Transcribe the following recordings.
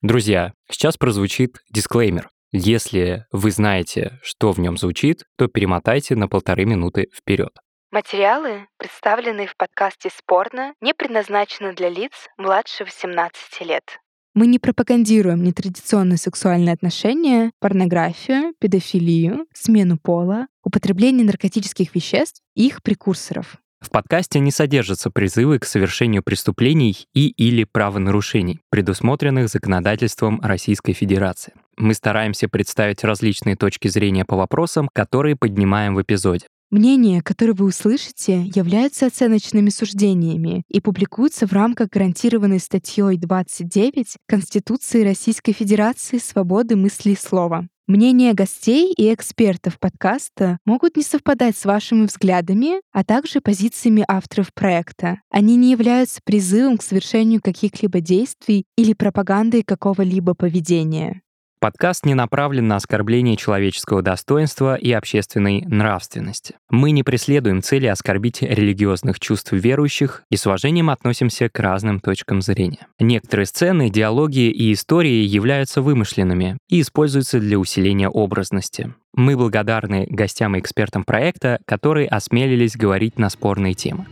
Друзья, сейчас прозвучит дисклеймер. Если вы знаете, что в нем звучит, то перемотайте на 1,5 минуты вперед. Материалы, представленные в подкасте «Спорно», не предназначены для лиц младше 18 лет. Мы не пропагандируем нетрадиционные сексуальные отношения, порнографию, педофилию, смену пола, употребление наркотических веществ и их прекурсоров. В подкасте не содержатся призывы к совершению преступлений или правонарушений, предусмотренных законодательством Российской Федерации. Мы стараемся представить различные точки зрения по вопросам, которые поднимаем в эпизоде. Мнения, которые вы услышите, являются оценочными суждениями и публикуются в рамках гарантированной статьей 29 Конституции Российской Федерации свободы мысли и слова. Мнения гостей и экспертов подкаста могут не совпадать с вашими взглядами, а также позициями авторов проекта. Они не являются призывом к совершению каких-либо действий или пропагандой какого-либо поведения. Подкаст не направлен на оскорбление человеческого достоинства и общественной нравственности. Мы не преследуем цели оскорбить религиозных чувств верующих и с уважением относимся к разным точкам зрения. Некоторые сцены, диалоги и истории являются вымышленными и используются для усиления образности. Мы благодарны гостям и экспертам проекта, которые осмелились говорить на спорные темы.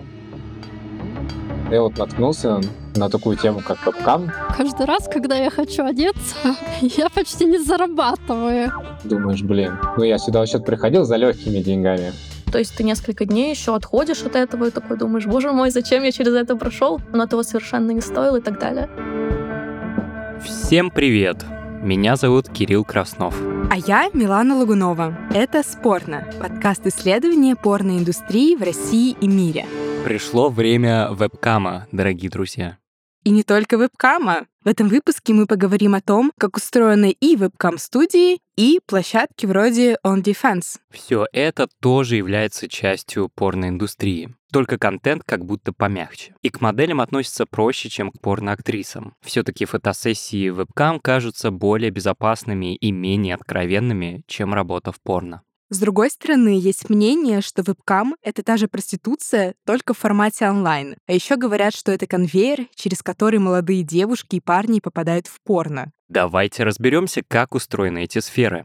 Я наткнулся на такую тему, как вебкам. Каждый раз, когда я хочу одеться, я почти не зарабатываю. Думаешь, я сюда вообще приходил за легкими деньгами. То есть ты несколько дней еще отходишь от этого и такой думаешь, боже мой, зачем я через это прошел? Оно того совершенно не стоило и так далее. Всем привет! Меня зовут Кирилл Краснов. А я Милана Лагунова. Это «Спорно» — подкаст исследования порноиндустрии в России и мире. Пришло время вебкама, дорогие друзья. И не только вебкама. В этом выпуске мы поговорим о том, как устроены и вебкам-студии, и площадки вроде OnlyFans. Все это тоже является частью порноиндустрии. Только контент как будто помягче. И к моделям относятся проще, чем к порноактрисам. Все-таки фотосессии вебкам кажутся более безопасными и менее откровенными, чем работа в порно. С другой стороны, есть мнение, что вебкам — это та же проституция, только в формате онлайн. А еще говорят, что это конвейер, через который молодые девушки и парни попадают в порно. Давайте разберемся, как устроены эти сферы.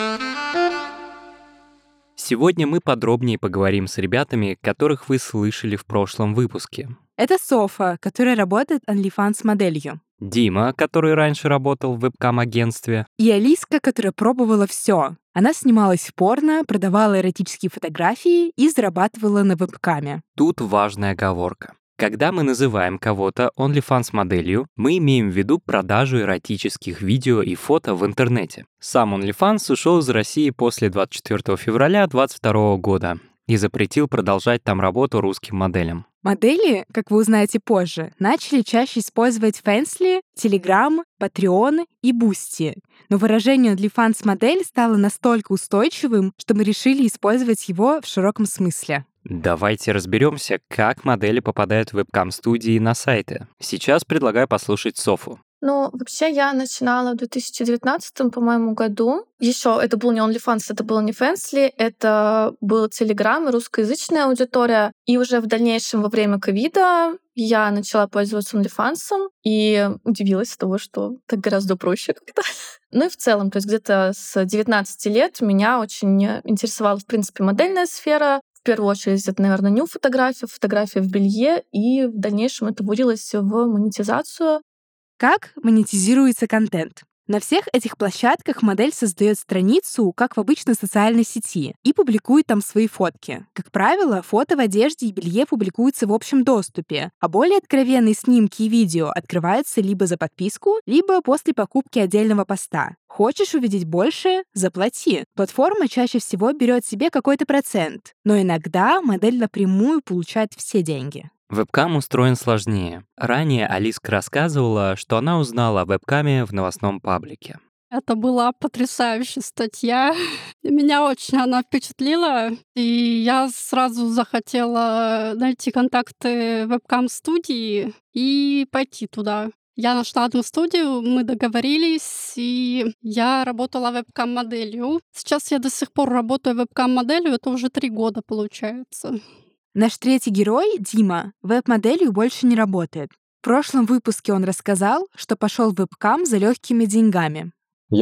Сегодня мы подробнее поговорим с ребятами, которых вы слышали в прошлом выпуске. Это Софа, которая работает OnlyFans-моделью. Дима, который раньше работал в вебкам-агентстве. И Алиска, которая пробовала все. Она снималась в порно, продавала эротические фотографии и зарабатывала на вебкаме. Тут важная оговорка. Когда мы называем кого-то OnlyFans-моделью, мы имеем в виду продажу эротических видео и фото в интернете. Сам OnlyFans ушел из России после 24 февраля 2022 года и запретил продолжать там работу русским моделям. Модели, как вы узнаете позже, начали чаще использовать Fansly, Telegram, Patreon и Boosty. Но выражение OnlyFans-модель стало настолько устойчивым, что мы решили использовать его в широком смысле. Давайте разберемся, как модели попадают в вебкам-студии на сайты. Сейчас предлагаю послушать Софу. Вообще я начинала в 2019, по-моему, году. Еще это был не OnlyFans, это было не Fansly, это был Telegram и русскоязычная аудитория. И уже в дальнейшем, во время ковида, я начала пользоваться OnlyFans и удивилась того, что так гораздо проще как-то. И в целом, то есть где-то с 19 лет меня очень интересовала, в принципе, модельная сфера. В первую очередь, это, наверное, ню-фотография, фотография в белье, и в дальнейшем это вылилось в монетизацию. Как монетизируется контент? На всех этих площадках модель создает страницу, как в обычной социальной сети, и публикует там свои фотки. Как правило, фото в одежде и белье публикуются в общем доступе, а более откровенные снимки и видео открываются либо за подписку, либо после покупки отдельного поста. Хочешь увидеть больше? Заплати. Платформа чаще всего берет себе какой-то процент, но иногда модель напрямую получает все деньги. Вебкам устроен сложнее. Ранее Алиска рассказывала, что она узнала о вебкаме в новостном паблике. Это была потрясающая статья. Меня очень она впечатлила. И я сразу захотела найти контакты вебкам-студии и пойти туда. Я нашла одну студию, мы договорились, и я работала вебкам-моделью. Сейчас я до сих пор работаю вебкам-моделью, это уже 3 года получается. Наш третий герой, Дима, веб-моделью больше не работает. В прошлом выпуске он рассказал, что пошел в вебкам за легкими деньгами.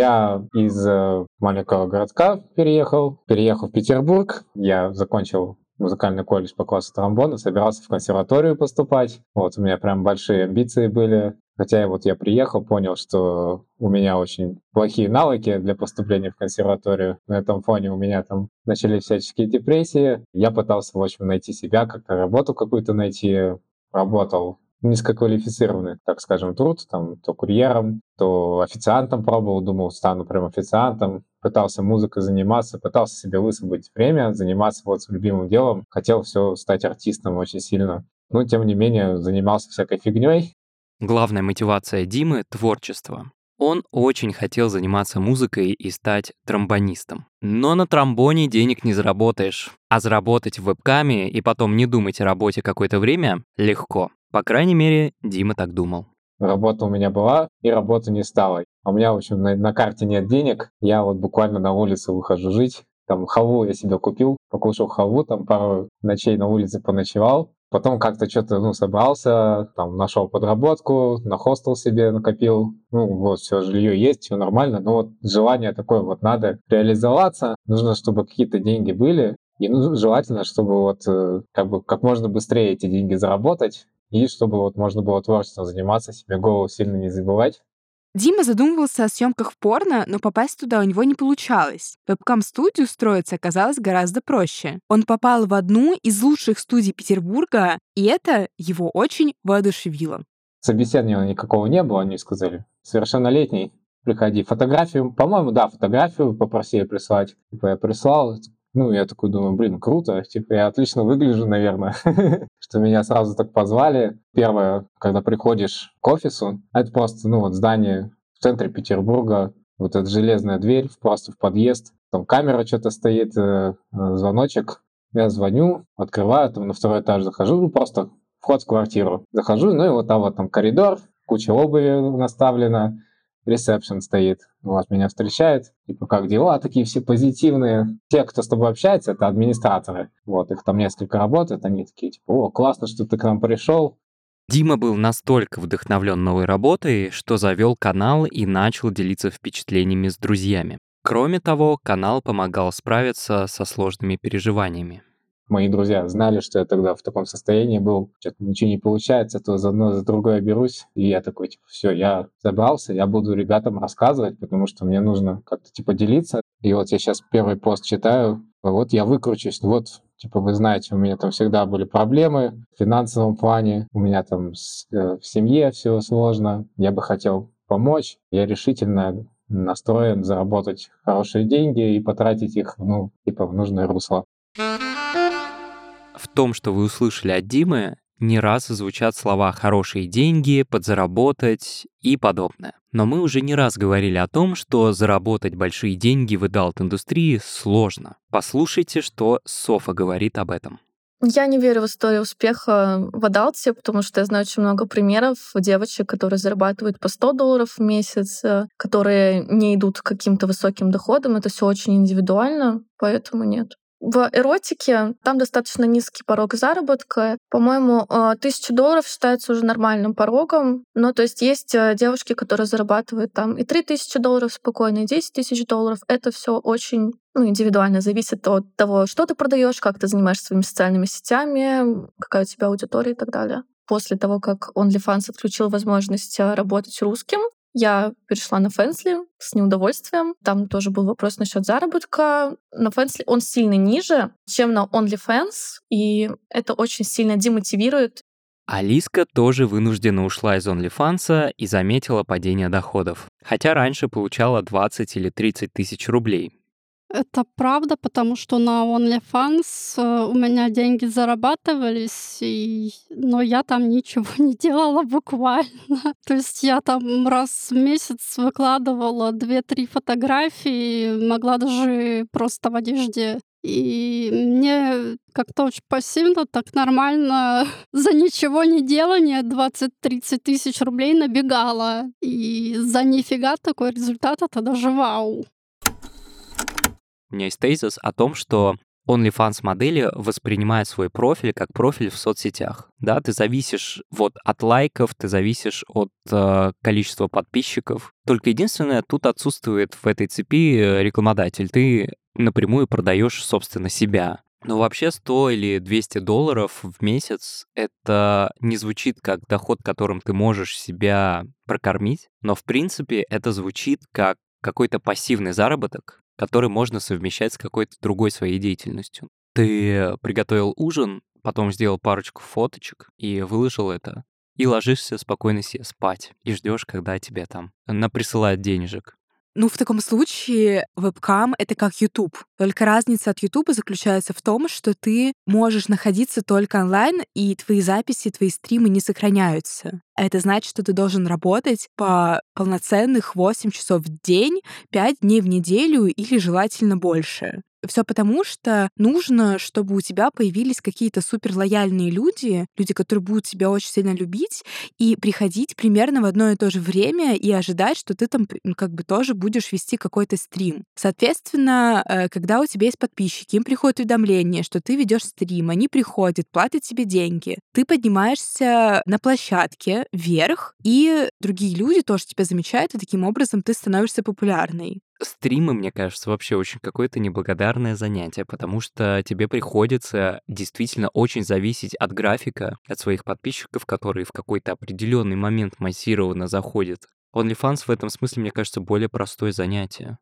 Я из маленького городка переехал в Петербург. Я закончил музыкальный колледж по классу тромбона, собирался в консерваторию поступать. Вот, у меня прям большие амбиции были. Хотя я приехал, понял, что у меня очень плохие навыки для поступления в консерваторию. На этом фоне у меня там начались всяческие депрессии. Я пытался, в общем, найти себя, как-то работу какую-то найти. Работал низкоквалифицированный, так скажем, труд, там, то курьером, то официантом пробовал, думал, стану прям официантом, пытался музыкой заниматься, пытался себе высвободить время, заниматься любимым делом, хотел все стать артистом очень сильно. Но, тем не менее, занимался всякой фигней. Главная мотивация Димы — творчество. Он очень хотел заниматься музыкой и стать тромбонистом. Но на тромбоне денег не заработаешь. А заработать в вебкаме и потом не думать о работе какое-то время легко. По крайней мере, Дима так думал. Работа у меня была, и работы не стало. А у меня, в общем, на карте нет денег. Я буквально на улицу выхожу жить. Там халву я себе купил, покушал халву, там пару ночей на улице поночевал. Потом как-то что-то, собрался, там нашел подработку, на хостел себе накопил. Все, жилье есть, все нормально. Но желание такое надо реализоваться. Нужно, чтобы какие-то деньги были. И желательно, чтобы как можно быстрее эти деньги заработать. И чтобы можно было творчеством заниматься, себе голову сильно не забывать. Дима задумывался о съемках в порно, но попасть туда у него не получалось. В вебкам-студию устроиться оказалось гораздо проще. Он попал в одну из лучших студий Петербурга, и это его очень воодушевило. Собеседования никакого не было, они сказали. Совершеннолетний, приходи. Фотографию, по-моему, фотографию попросили прислать. Я прислал. Я такой думаю, круто, я отлично выгляжу, наверное, что меня сразу так позвали. Первое, когда приходишь к офису, это просто, здание в центре Петербурга, эта железная дверь, просто в подъезд, там камера что-то стоит, звоночек, я звоню, открываю, там на второй этаж захожу, просто вход в квартиру. Захожу, там коридор, куча обуви наставлена, ресепшн стоит, меня встречает, как дела, такие все позитивные. Те, кто с тобой общается, это администраторы, их там несколько работает, они такие, классно, что ты к нам пришел. Дима был настолько вдохновлен новой работой, что завел канал и начал делиться впечатлениями с друзьями. Кроме того, канал помогал справиться со сложными переживаниями. Мои друзья знали, что я тогда в таком состоянии был, что-то ничего не получается, то за одно, за другое берусь, и я такой, все, я забрался, я буду ребятам рассказывать, потому что мне нужно как-то делиться. И я сейчас первый пост читаю, я выкручусь, вы знаете, у меня там всегда были проблемы в финансовом плане, у меня там в семье все сложно, я бы хотел помочь, я решительно настроен заработать хорошие деньги и потратить их, в нужное русло. В том, что вы услышали от Димы, не раз звучат слова «хорошие деньги», «подзаработать» и подобное. Но мы уже не раз говорили о том, что заработать большие деньги в адалт-индустрии сложно. Послушайте, что Софа говорит об этом. Я не верю в историю успеха в адалте, потому что я знаю очень много примеров девочек, которые зарабатывают по $100 в месяц, которые не идут к каким-то высоким доходам. Это все очень индивидуально, поэтому нет. В эротике там достаточно низкий порог заработка. По-моему, $1000 считается уже нормальным порогом. То есть девушки, которые зарабатывают там и $3000 спокойно, и $10 000. Это все очень индивидуально, зависит от того, что ты продаешь, как ты занимаешься своими социальными сетями, какая у тебя аудитория и так далее. После того, как OnlyFans отключил возможность работать русским, я перешла на Fansly с неудовольствием. Там тоже был вопрос насчет заработка. На Fansly он сильно ниже, чем на OnlyFans, и это очень сильно демотивирует. Алиска тоже вынужденно ушла из OnlyFans и заметила падение доходов. Хотя раньше получала 20 или 30 тысяч рублей. Это правда, потому что на OnlyFans у меня деньги зарабатывались, но я там ничего не делала буквально. То есть я там раз в месяц выкладывала 2-3 фотографии, могла даже просто в одежде. И мне как-то очень пассивно, так нормально за ничего не делание 20-30 тысяч рублей набегала. И за нифига такой результат — это даже вау. У меня есть тезис о том, что OnlyFans-модели воспринимают свой профиль как профиль в соцсетях. Да, ты зависишь вот от лайков, ты зависишь от количества подписчиков. Только единственное, тут отсутствует в этой цепи рекламодатель. Ты напрямую продаешь, собственно, себя. Но вообще 100 или 200 долларов в месяц — это не звучит как доход, которым ты можешь себя прокормить, но в принципе это звучит как какой-то пассивный заработок, который можно совмещать с какой-то другой своей деятельностью. Ты приготовил ужин, потом сделал парочку фоточек и выложил это, и ложишься спокойно себе спать, и ждешь, когда тебе там наприсылают денежек. Ну, в таком случае вебкам — это как YouTube. Только разница от YouTube заключается в том, что ты можешь находиться только онлайн, и твои записи, твои стримы не сохраняются. А это значит, что ты должен работать по полноценных 8 часов в день, 5 дней в неделю или желательно больше. Все потому, что нужно, чтобы у тебя появились какие-то суперлояльные люди, которые будут тебя очень сильно любить, и приходить примерно в одно и то же время и ожидать, что ты там как бы тоже будешь вести какой-то стрим. Соответственно, когда у тебя есть подписчики, им приходит уведомление, что ты ведешь стрим, они приходят, платят тебе деньги, ты поднимаешься на площадке вверх, и другие люди тоже тебя замечают, и таким образом ты становишься популярной. Стримы, мне кажется, вообще очень какое-то неблагодарное занятие, потому что тебе приходится действительно очень зависеть от графика, от своих подписчиков, которые в какой-то определенный момент массированно заходят. OnlyFans в этом смысле, мне кажется, более простое занятие.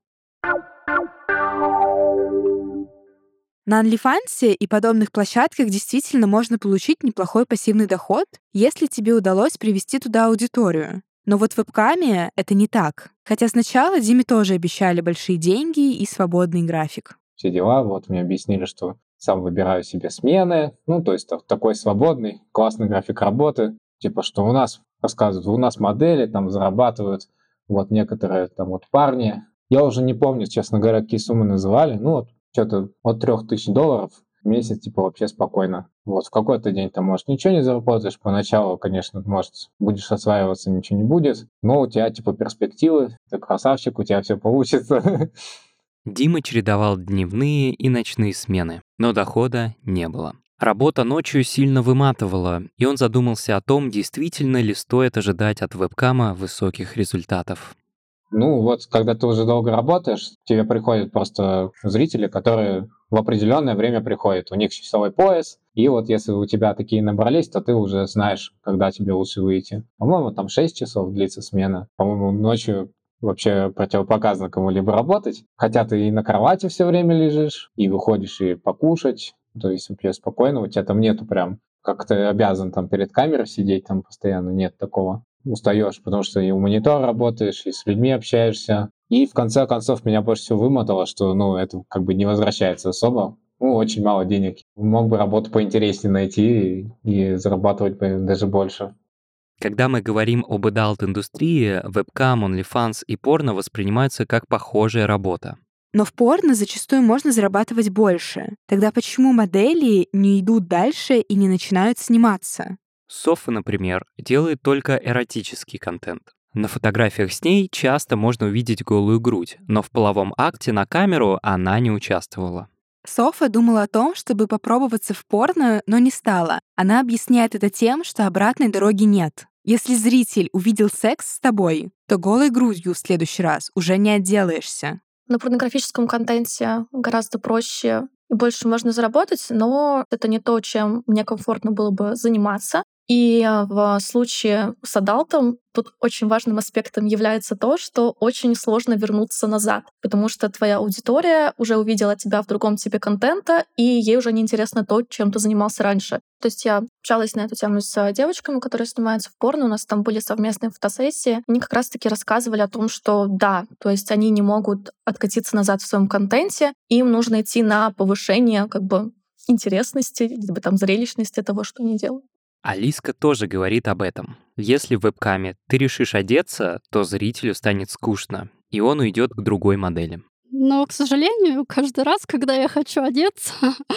На OnlyFans и подобных площадках действительно можно получить неплохой пассивный доход, если тебе удалось привести туда аудиторию. Но вот в вебкаме это не так. Хотя сначала Диме тоже обещали большие деньги и свободный график. Все дела, вот мне объяснили, что сам выбираю себе смены, ну, то есть такой свободный, классный график работы, типа, что у нас, рассказывают, у нас модели там зарабатывают, вот некоторые там вот парни, я уже не помню, честно говоря, какие суммы называли, ну, вот что-то от 3000 долларов в месяц, типа, вообще спокойно. Вот, в какой-то день ты, может, ничего не заработаешь, поначалу, конечно, может, будешь осваиваться, ничего не будет, но у тебя, типа, перспективы, ты красавчик, у тебя все получится. Дима чередовал дневные и ночные смены, но дохода не было. Работа ночью сильно выматывала, и он задумался о том, действительно ли стоит ожидать от вебкама высоких результатов. Ну вот, когда ты уже долго работаешь, тебе приходят просто зрители, которые в определенное время приходят. У них часовой пояс, и вот если у тебя такие набрались, то ты уже знаешь, когда тебе лучше выйти. По-моему, там 6 часов длится смена. По-моему, ночью вообще противопоказано кому-либо работать. Хотя ты и на кровати все время лежишь, и выходишь и покушать. То есть вообще спокойно, у тебя там нету прям, как ты обязан там перед камерой сидеть, там постоянно нет такого. Устаешь, потому что и у монитора работаешь, и с людьми общаешься. И в конце концов меня больше всего вымотало, что, ну, это как бы не возвращается особо. Ну, очень мало денег. Мог бы работу поинтереснее найти и зарабатывать бы даже больше. Когда мы говорим об adult-индустрии, вебкам, OnlyFans и порно воспринимаются как похожая работа. Но в порно зачастую можно зарабатывать больше. Тогда почему модели не идут дальше и не начинают сниматься? Софа, например, делает только эротический контент. На фотографиях с ней часто можно увидеть голую грудь, но в половом акте на камеру она не участвовала. Софа думала о том, чтобы попробоваться в порно, но не стала. Она объясняет это тем, что обратной дороги нет. Если зритель увидел секс с тобой, то голой грудью в следующий раз уже не отделаешься. На порнографическом контенте гораздо проще и больше можно заработать, но это не то, чем мне комфортно было бы заниматься. И в случае с адалтом тут очень важным аспектом является то, что очень сложно вернуться назад, потому что твоя аудитория уже увидела тебя в другом типе контента, и ей уже неинтересно то, чем ты занимался раньше. То есть я общалась на эту тему с девочками, которые снимаются в порно, у нас там были совместные фотосессии. Они как раз-таки рассказывали о том, что да, то есть они не могут откатиться назад в своем контенте, им нужно идти на повышение как бы интересности, либо там зрелищности того, что они делают. Алиска тоже говорит об этом. Если в вебкаме ты решишь одеться, то зрителю станет скучно, и он уйдет к другой модели. Но, к сожалению, каждый раз, когда я хочу одеться,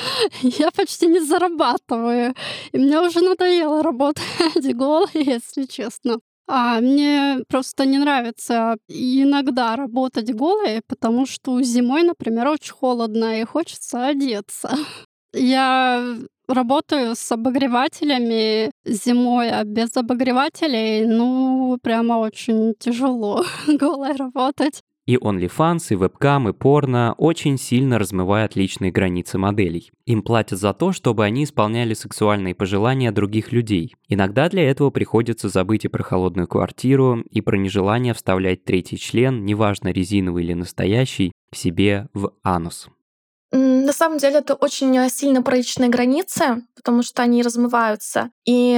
я почти не зарабатываю. И мне уже надоело работать голой, если честно. Мне просто не нравится иногда работать голой, потому что зимой, например, очень холодно и хочется одеться. Я работаю с обогревателями зимой, а без обогревателей, прямо очень тяжело голой работать. И OnlyFans, и вебкам, и порно очень сильно размывают личные границы моделей. Им платят за то, чтобы они исполняли сексуальные пожелания других людей. Иногда для этого приходится забыть и про холодную квартиру, и про нежелание вставлять третий член, неважно резиновый или настоящий, себе в анус. На самом деле это очень сильно про личные границы, потому что они размываются. И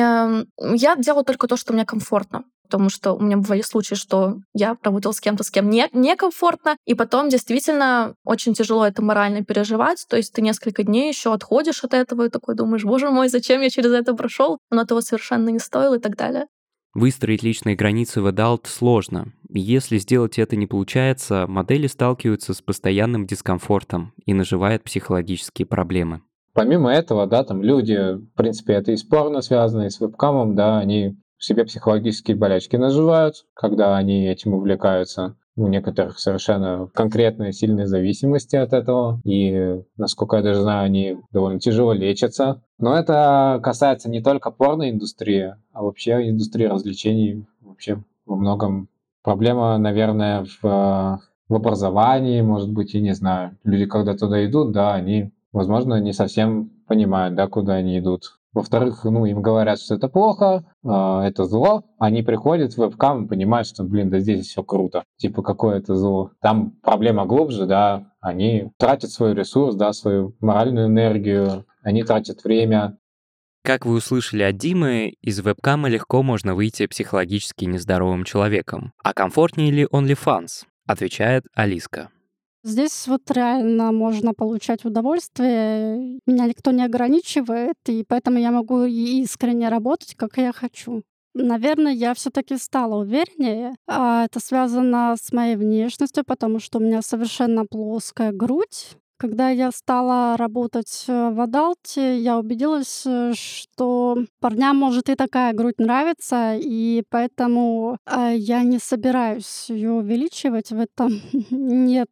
я делаю только то, что мне комфортно. Потому что у меня бывали случаи, что я работала с кем-то, с кем некомфортно, и потом действительно очень тяжело это морально переживать. То есть ты несколько дней еще отходишь от этого и такой думаешь, боже мой, зачем я через это прошел? Оно того совершенно не стоило и так далее. Выстроить личные границы в adult сложно. И если сделать это не получается, модели сталкиваются с постоянным дискомфортом и наживают психологические проблемы. Помимо этого, да, там люди, в принципе, это и с порно связано, и с вебкамом, да, они себе психологические болячки наживают, когда они этим увлекаются. У некоторых совершенно конкретные сильные зависимости от этого, и, насколько я даже знаю, они довольно тяжело лечатся. Но это касается не только порноиндустрии, а вообще индустрии развлечений вообще во многом. Проблема, наверное, в образовании, может быть, и не знаю. Люди, когда туда идут, да, они, возможно, не совсем понимают, да, куда они идут. Во-вторых, им говорят, что это плохо, это зло. Они приходят в вебкам и понимают, что, да здесь все круто. Типа, какое это зло? Там проблема глубже, да. Они тратят свой ресурс, да, свою моральную энергию, они тратят время. Как вы услышали от Димы, из вебкама легко можно выйти психологически нездоровым человеком. А комфортнее ли OnlyFans? Отвечает Алиска. Здесь реально можно получать удовольствие. Меня никто не ограничивает, и поэтому я могу искренне работать, как я хочу. Наверное, я все-таки стала увереннее. Это связано с моей внешностью, потому что у меня совершенно плоская грудь. Когда я стала работать в адалте, я убедилась, что парням может и такая грудь нравится, и поэтому я не собираюсь ее увеличивать. В этом нет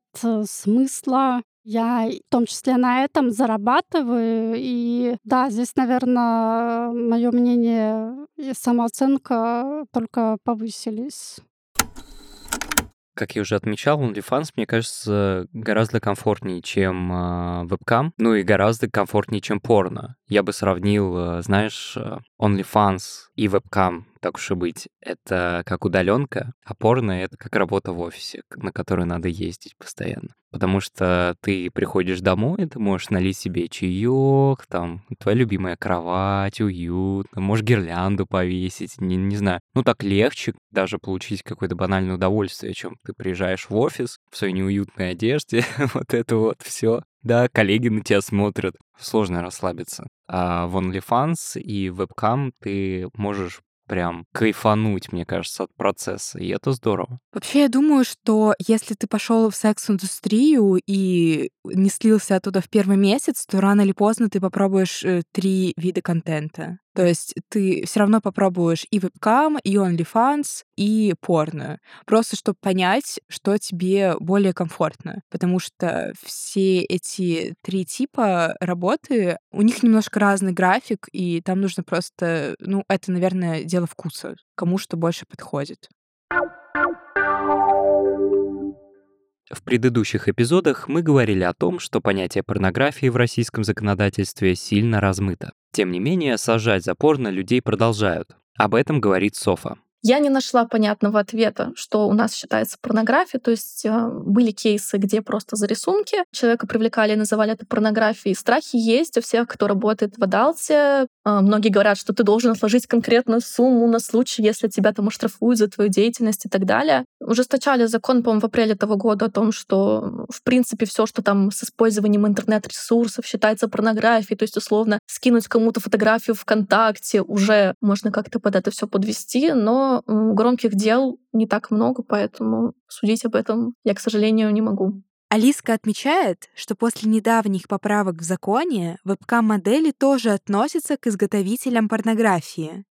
смысла. Я в том числе на этом зарабатываю. И да, здесь, наверное, мое мнение и самооценка только повысились. Как я уже отмечал, OnlyFans, мне кажется, гораздо комфортнее, чем вебкам, и гораздо комфортнее, чем порно. Я бы сравнил, знаешь, OnlyFans и вебкам, так уж и быть. Это как удаленка, а порно — это как работа в офисе, на которую надо ездить постоянно. Потому что ты приходишь домой, ты можешь налить себе чаек, там, твоя любимая кровать, уютно, можешь гирлянду повесить, не знаю. Так легче даже получить какое-то банальное удовольствие, чем ты приезжаешь в офис в своей неуютной одежде, вот это все. Да, коллеги на тебя смотрят, сложно расслабиться. А в OnlyFans и вебкам ты можешь прям кайфануть, мне кажется, от процесса, и это здорово. Вообще, я думаю, что если ты пошел в секс-индустрию и не слился оттуда в первый месяц, то рано или поздно ты попробуешь 3 вида контента. То есть ты все равно попробуешь и вебкам, и OnlyFans, и порно. Просто чтобы понять, что тебе более комфортно. Потому что все эти 3 типа работы, у них немножко разный график, и там нужно просто, это, наверное, дело вкуса, кому что больше подходит. В предыдущих эпизодах мы говорили о том, что понятие порнографии в российском законодательстве сильно размыто. Тем не менее, сажать за порно людей продолжают. Об этом говорит Софа. Я не нашла понятного ответа, что у нас считается порнографией. То есть были кейсы, где просто за рисунки человека привлекали и называли это порнографией. Страхи есть у всех, кто работает в адалте. Многие говорят, что ты должен сложить конкретную сумму на случай, если тебя там оштрафуют за твою деятельность и так далее. Ужесточали закон, по-моему, в апреле этого года о том, что, в принципе, все, что там с использованием интернет-ресурсов считается порнографией. То есть, условно, скинуть кому-то фотографию ВКонтакте уже можно как-то под это все подвести, но громких дел не так много, поэтому судить об этом я, к сожалению, не могу. Алиска отмечает, что после недавних поправок в законе вебкам-модели тоже относятся к изготовителям порнографии.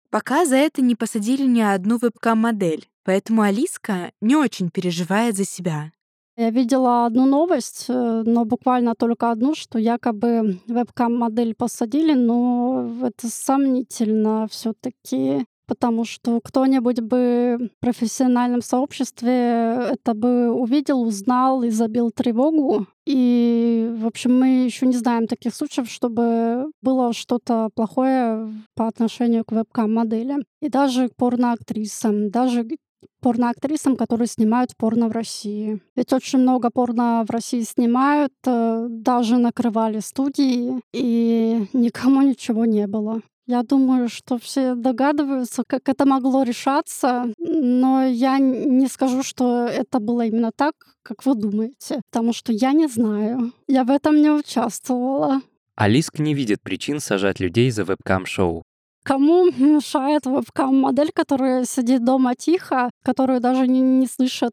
Пока за это не посадили ни одну вебкам-модель, поэтому Алиска не очень переживает за себя. Я видела одну новость, но буквально только одну, что якобы вебкам-модель посадили, но это сомнительно все таки, потому что кто-нибудь бы в профессиональном сообществе это бы увидел, узнал и забил тревогу. И, в общем, мы еще не знаем таких случаев, чтобы было что-то плохое по отношению к вебкам-моделям. И даже к порноактрисам, даже порноактрисам, которые снимают порно в России. Ведь очень много порно в России снимают, даже накрывали студии, и никому ничего не было. Я думаю, что все догадываются, как это могло решаться, но я не скажу, что это было именно так, как вы думаете, потому что я не знаю. Я в этом не участвовала. Алиска не видит причин сажать людей за вебкам-шоу. Кому мешает вебкам-модель, которая сидит дома тихо, которую даже не слышат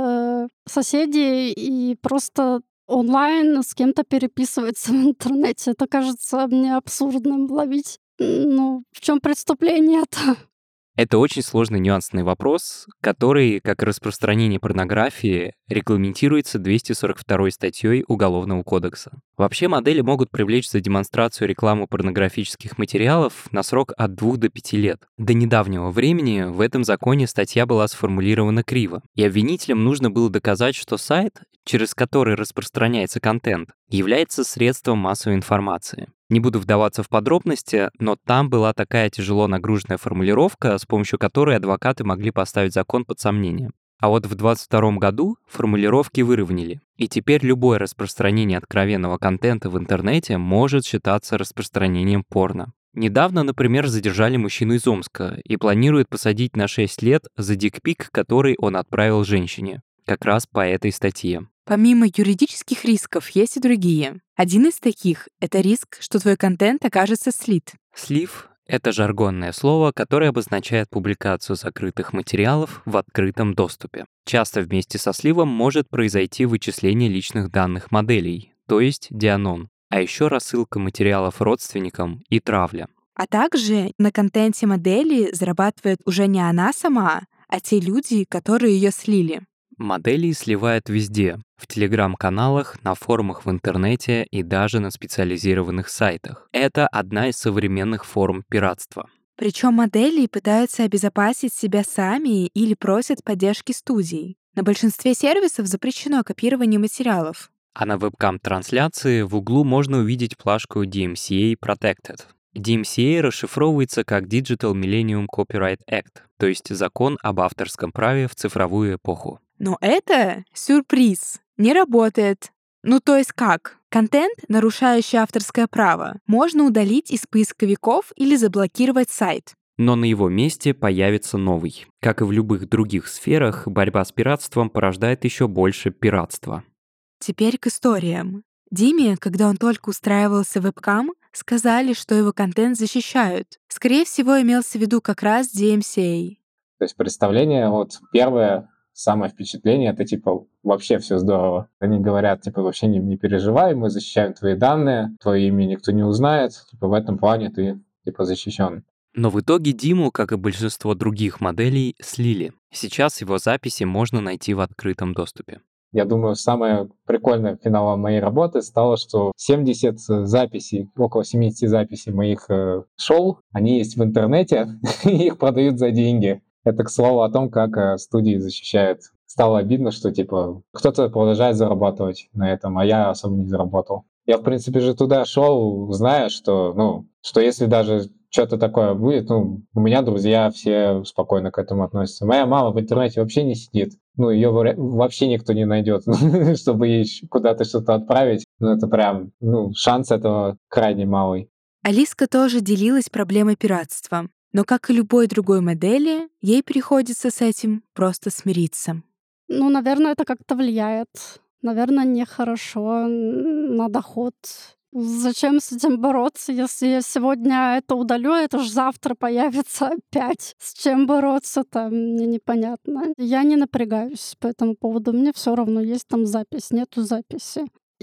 соседи и просто онлайн с кем-то переписывается в интернете? Это кажется мне абсурдным ловить. Ну, в чем преступление-то? Это очень сложный нюансный вопрос, который, как и распространение порнографии, регламентируется 242 статьей Уголовного кодекса. Вообще модели могут привлечь за демонстрацию рекламу порнографических материалов на срок от 2 до 5 лет. До недавнего времени в этом законе статья была сформулирована криво, и обвинителям нужно было доказать, что сайт, через который распространяется контент, является средством массовой информации. Не буду вдаваться в подробности, но там была такая тяжело нагруженная формулировка, с помощью которой адвокаты могли поставить закон под сомнение. А вот в 2022 году формулировки выровняли, и теперь любое распространение откровенного контента в интернете может считаться распространением порно. Недавно, например, задержали мужчину из Омска и планируют посадить на 6 лет за дикпик, который он отправил женщине, как раз по этой статье. Помимо юридических рисков есть и другие. Один из таких — это риск, что твой контент окажется слит. Слив — это жаргонное слово, которое обозначает публикацию закрытых материалов в открытом доступе. Часто вместе со сливом может произойти вычисление личных данных моделей, то есть дианон, а еще рассылка материалов родственникам и травля. А также на контенте модели зарабатывает уже не она сама, а те люди, которые ее слили. Моделей сливают везде — в телеграм-каналах, на форумах в интернете и даже на специализированных сайтах. Это одна из современных форм пиратства. Причем модели пытаются обезопасить себя сами или просят поддержки студий. На большинстве сервисов запрещено копирование материалов. А на вебкам-трансляции в углу можно увидеть плашку DMCA Protected. DMCA расшифровывается как Digital Millennium Copyright Act, то есть закон об авторском праве в цифровую эпоху. Но это сюрприз. Не работает. Ну то есть как? Контент, нарушающий авторское право, можно удалить из поисковиков или заблокировать сайт. Но на его месте появится новый. Как и в любых других сферах, борьба с пиратством порождает еще больше пиратства. Теперь к историям. Диме, когда он только устраивался в вебкам, сказали, что его контент защищают. Скорее всего, имелся в виду как раз DMCA. То есть представление, вот первое, самое впечатление, это типа вообще все здорово. Они говорят, типа, вообще не переживай, мы защищаем твои данные, твое имя никто не узнает, типа в этом плане ты типа защищен. Но в итоге Диму, как и большинство других моделей, слили. Сейчас его записи можно найти в открытом доступе. Я думаю, самое прикольное финалом моей работы стало, что 70 записей, около 70 записей моих шоу, они есть в интернете, и их продают за деньги. Это, к слову, о том, как студии защищают. Стало обидно, что, типа, кто-то продолжает зарабатывать на этом, а я особо не заработал. Я, в принципе, же туда шел, зная, что, что если даже что-то такое будет, у меня друзья все спокойно к этому относятся. Моя мама в интернете вообще не сидит. Ее вообще никто не найдет, чтобы ей куда-то что-то отправить. Это прям, шанс этого крайне малый. Алиска тоже делилась проблемой пиратства. Но, как и любой другой модели, ей приходится с этим просто смириться. Наверное, это как-то влияет. Наверное, нехорошо на доход. Зачем с этим бороться, если я сегодня это удалю, это же завтра появится опять. С чем бороться-то, мне непонятно. Я не напрягаюсь по этому поводу, мне все равно, есть там запись, нету записи.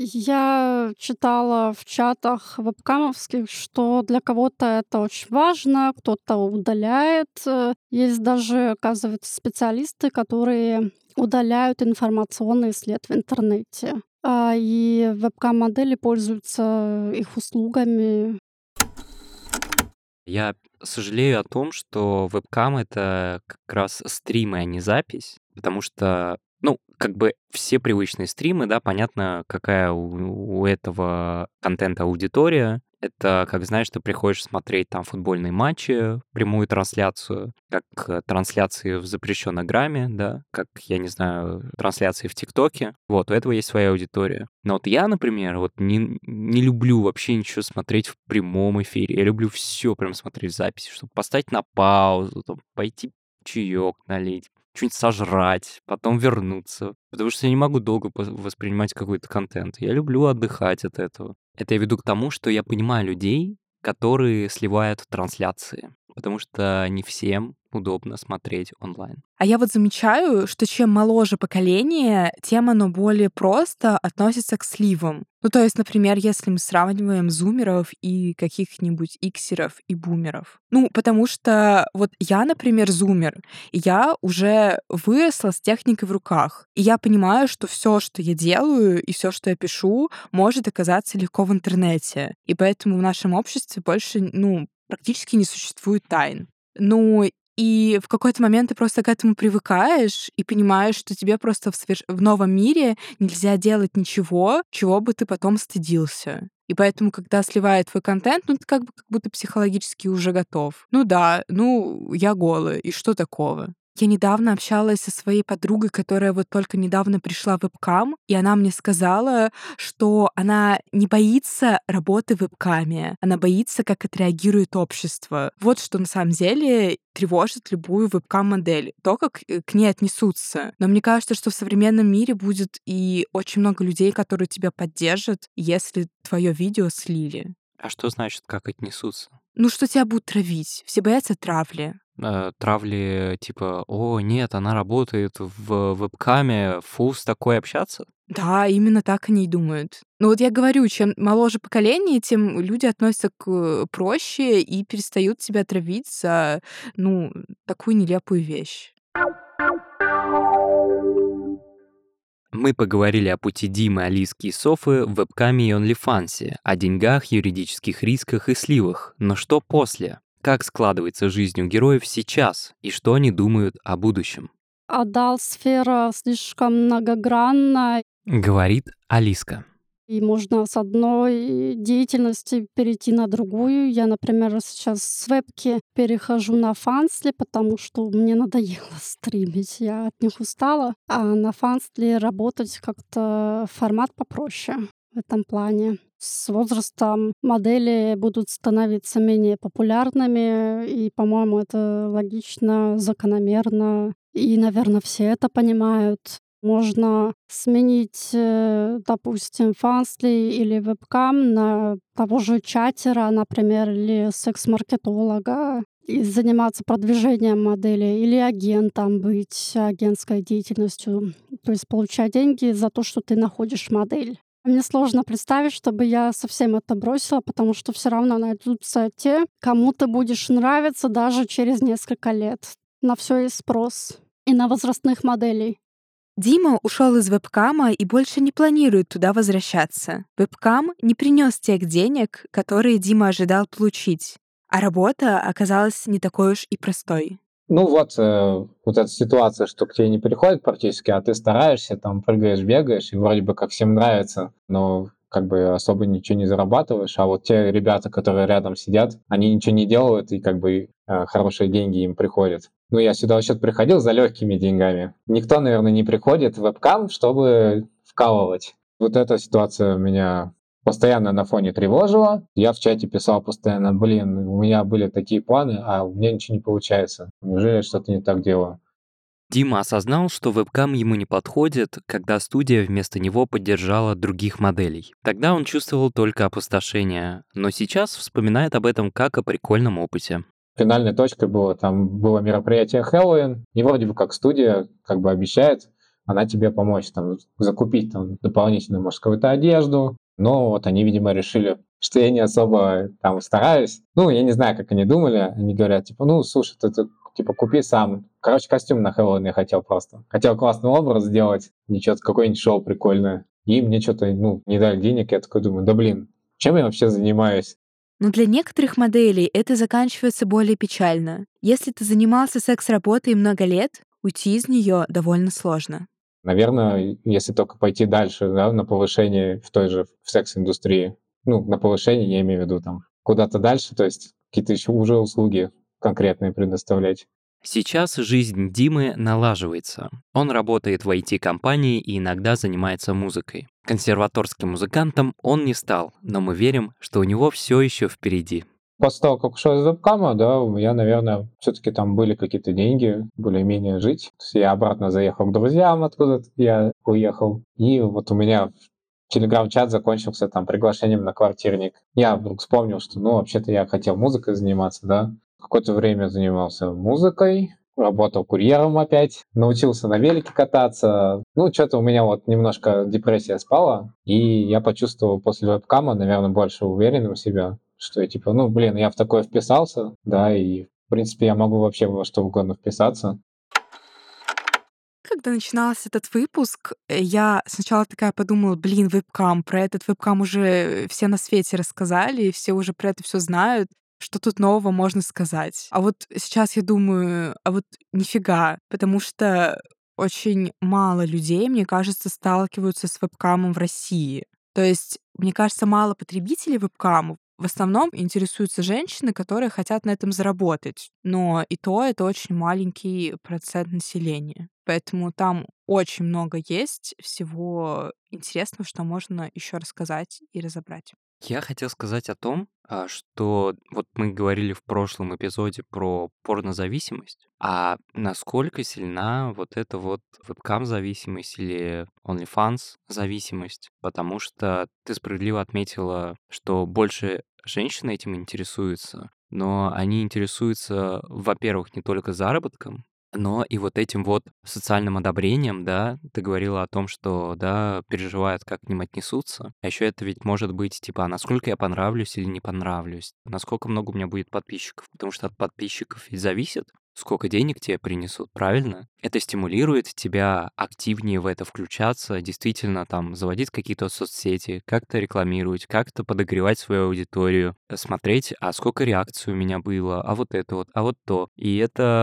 Я читала в чатах вебкамовских, что для кого-то это очень важно, кто-то удаляет. Есть даже, оказывается, специалисты, которые удаляют информационный след в интернете. И вебкам-модели пользуются их услугами. Я сожалею о том, что вебкам — это как раз стримы, а не запись, потому что, как бы все привычные стримы, да, понятно, какая у этого контента аудитория. Это, как знаешь, ты приходишь смотреть там футбольные матчи, прямую трансляцию, как трансляции в запрещенной грамме, да, как, я не знаю, трансляции в ТикТоке. Вот, у этого есть своя аудитория. Но вот я, например, вот не люблю вообще ничего смотреть в прямом эфире. Я люблю все прям смотреть в записи, чтобы поставить на паузу, там, пойти чаек налить, что-нибудь сожрать, потом вернуться. Потому что я не могу долго воспринимать какой-то контент. Я люблю отдыхать от этого. Это я веду к тому, что я понимаю людей, которые сливают трансляции, потому что не всем удобно смотреть онлайн. А я вот замечаю, что чем моложе поколение, тем оно более просто относится к сливам. То есть, например, если мы сравниваем зумеров и каких-нибудь иксеров и бумеров. Потому что вот я, например, зумер, и я уже выросла с техникой в руках. И я понимаю, что все, что я делаю, и все, что я пишу, может оказаться легко в интернете. И поэтому в нашем обществе больше, практически не существует тайн. И в какой-то момент ты просто к этому привыкаешь и понимаешь, что тебе просто в новом мире нельзя делать ничего, чего бы ты потом стыдился. И поэтому, когда сливает твой контент, ты как будто психологически уже готов. Я голая, и что такого? Я недавно общалась со своей подругой, которая вот только недавно пришла в вебкам, и она мне сказала, что она не боится работы в вебкаме, она боится, как отреагирует общество. Вот что на самом деле тревожит любую вебкам-модель, то, как к ней отнесутся. Но мне кажется, что в современном мире будет и очень много людей, которые тебя поддержат, если твое видео слили. А что значит, как отнесутся? Что тебя будут травить. Все боятся травли. Травли типа: «О, нет, она работает в вебкаме, фу, с такой общаться?» Да, именно так они и думают. Вот я говорю, чем моложе поколение, тем люди относятся проще и перестают тебя травить за, такую нелепую вещь. Мы поговорили о пути Димы, Алиски и Софы в вебкаме и OnlyFans, о деньгах, юридических рисках и сливах. Но что после? Как складывается жизнь у героев сейчас и что они думают о будущем? Адал-сфера слишком многогранна, Говорит Алиска. и можно с одной деятельности перейти на другую. Я, например, сейчас с вебки перехожу на Фансли, потому что мне надоело стримить, я от них устала. А на Фансли работать как-то формат попроще в этом плане. С возрастом модели будут становиться менее популярными, и, по-моему, это логично, закономерно. И, наверное, все это понимают. Можно сменить, допустим, Фансли или вебкам на того же чатера, например, или секс-маркетолога, и заниматься продвижением модели, или агентом быть, агентской деятельностью. То есть получать деньги за то, что ты находишь модель. Мне сложно представить, чтобы я совсем это бросила, потому что все равно найдутся те, кому ты будешь нравиться даже через несколько лет. На все есть спрос. И на возрастных моделей. Дима ушел из вебкама и больше не планирует туда возвращаться. Вебкам не принес тех денег, которые Дима ожидал получить. А работа оказалась не такой уж и простой. Вот эта ситуация, что к тебе не приходит практически, а ты стараешься, там прыгаешь, бегаешь, и вроде бы как всем нравится, но как бы особо ничего не зарабатываешь, а вот те ребята, которые рядом сидят, они ничего не делают, и как бы хорошие деньги им приходят. Я сюда вообще приходил за легкими деньгами. Никто, наверное, не приходит в вебкам, чтобы вкалывать. Вот эта ситуация меня постоянно на фоне тревожила. Я в чате писал постоянно: у меня были такие планы, а у меня ничего не получается. Неужели я что-то не так делаю? Дима осознал, что вебкам ему не подходит, когда студия вместо него поддержала других моделей. Тогда он чувствовал только опустошение, но сейчас вспоминает об этом как о прикольном опыте. Финальной точкой было мероприятие Хэллоуин, и вроде бы как студия как бы обещает она тебе помочь там закупить там дополнительную, может, какую-то одежду. Но вот они, видимо, решили, что я не особо там стараюсь. Ну, я не знаю, как они думали. Они говорят, типа, ну, слушай, ты типа купи сам. Короче, костюм на Хэллоуин я хотел просто. Хотел классный образ сделать, и что-то какое-нибудь шоу прикольное. И мне что-то, не дали денег. Я такой думаю, да блин, чем я вообще занимаюсь? Но для некоторых моделей это заканчивается более печально. Если ты занимался секс-работой много лет, уйти из нее довольно сложно. Наверное, если только пойти дальше, да, на повышение в той же в секс-индустрии. Ну, на повышение я имею в виду там куда-то дальше, то есть какие-то еще уже услуги конкретные предоставлять. Сейчас жизнь Димы налаживается. Он работает в IT-компании и иногда занимается музыкой. Консерваторским музыкантом он не стал, но мы верим, что у него все еще впереди. После того, как ушел из вебкама, да, у меня, наверное, все-таки там были какие-то деньги, более-менее жить. То есть я обратно заехал к друзьям, откуда я уехал. И вот у меня телеграм-чат закончился там приглашением на квартирник. Я вдруг вспомнил, что, вообще-то я хотел музыкой заниматься, да. Какое-то время занимался музыкой, работал курьером опять, научился на велике кататься. Что-то у меня вот немножко депрессия спала, и я почувствовал после вебкама, наверное, больше уверенным в себя, что я типа, я в такое вписался, да, и в принципе я могу вообще во что угодно вписаться. Когда начинался этот выпуск, я сначала такая подумала, вебкам, про этот вебкам уже все на свете рассказали, и все уже про это все знают. Что тут нового можно сказать? А вот сейчас я думаю, нифига, потому что очень мало людей, мне кажется, сталкиваются с вебкамом в России. То есть, мне кажется, мало потребителей вебкамов. В основном интересуются женщины, которые хотят на этом заработать. Но и то это очень маленький процент населения. Поэтому там очень много есть всего интересного, что можно еще рассказать и разобрать. Я хотел сказать о том, что вот мы говорили в прошлом эпизоде про порнозависимость, а насколько сильна вот эта вот вебкам-зависимость или OnlyFans-зависимость, потому что ты справедливо отметила, что больше женщины этим интересуются, но они интересуются, во-первых, не только заработком, но и вот этим вот социальным одобрением, да, ты говорила о том, что, да, переживают, как к ним отнесутся. А еще это ведь может быть, типа, а насколько я понравлюсь или не понравлюсь, насколько много у меня будет подписчиков, потому что от подписчиков ведь зависит, сколько денег тебе принесут, правильно? Это стимулирует тебя активнее в это включаться, действительно там заводить какие-то соцсети, как-то рекламировать, как-то подогревать свою аудиторию, смотреть, а сколько реакций у меня было, а вот это вот, а вот то. И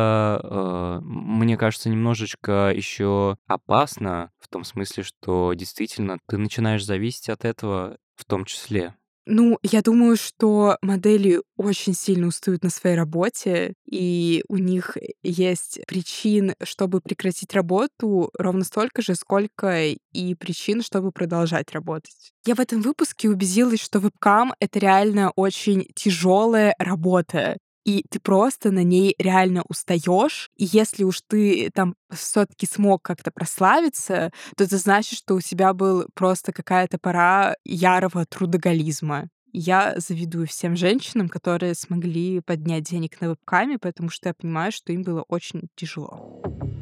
это, мне кажется, немножечко еще опасно в том смысле, что действительно ты начинаешь зависеть от этого в том числе. Я думаю, что модели очень сильно устают на своей работе, и у них есть причин, чтобы прекратить работу, ровно столько же, сколько и причин, чтобы продолжать работать. Я в этом выпуске убедилась, что вебкам — это реально очень тяжелая работа. И ты просто на ней реально устаешь. И если уж ты там все-таки смог как-то прославиться, то это значит, что у тебя был просто какая-то пора ярого трудоголизма. Я завидую всем женщинам, которые смогли поднять денег на вебкаме, потому что я понимаю, что им было очень тяжело.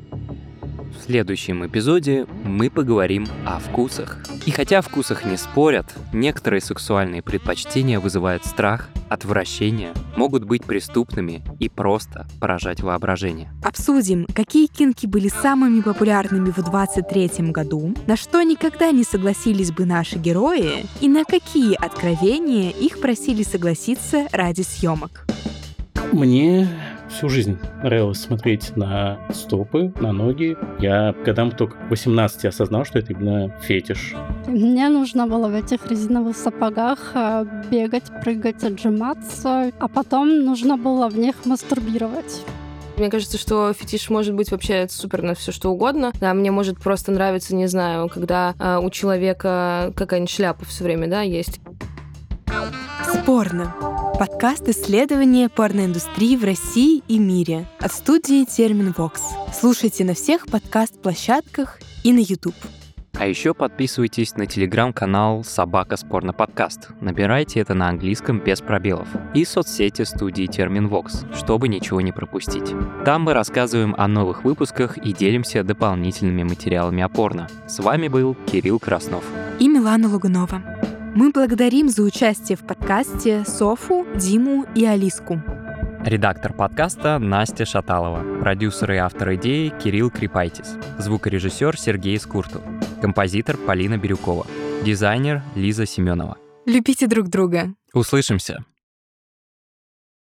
В следующем эпизоде мы поговорим о вкусах. И хотя о вкусах не спорят, некоторые сексуальные предпочтения вызывают страх, отвращение, могут быть преступными и просто поражать воображение. Обсудим, какие кинки были самыми популярными в 2023 году, на что никогда не согласились бы наши герои и на какие откровения их просили согласиться ради съемок. Мне всю жизнь нравилось смотреть на стопы, на ноги. Я годам только к 18 осознал, что это именно фетиш. Мне нужно было в этих резиновых сапогах бегать, прыгать, отжиматься, а потом нужно было в них мастурбировать. Мне кажется, что фетиш может быть вообще супер на все что угодно. Да, мне может просто нравиться, не знаю, когда у человека какая-нибудь шляпа все время, да, есть. Спорно. Подкаст исследования порноиндустрии в России и мире от студии Терминвокс. Слушайте на всех подкаст-площадках и на YouTube. А еще подписывайтесь на телеграм-канал «Собака Спорно-подкаст». Набирайте это на английском без пробелов. И соцсети студии Терминвокс, чтобы ничего не пропустить. Там мы рассказываем о новых выпусках и делимся дополнительными материалами о порно. С вами был Кирилл Краснов. И Милана Лугунова. Мы благодарим за участие в подкасте Софу, Диму и Алиску. Редактор подкаста Настя Шаталова. Продюсер и автор идеи Кирилл Крипайтис. Звукорежиссер Сергей Скуртов. Композитор Полина Бирюкова. Дизайнер Лиза Семенова. Любите друг друга. Услышимся!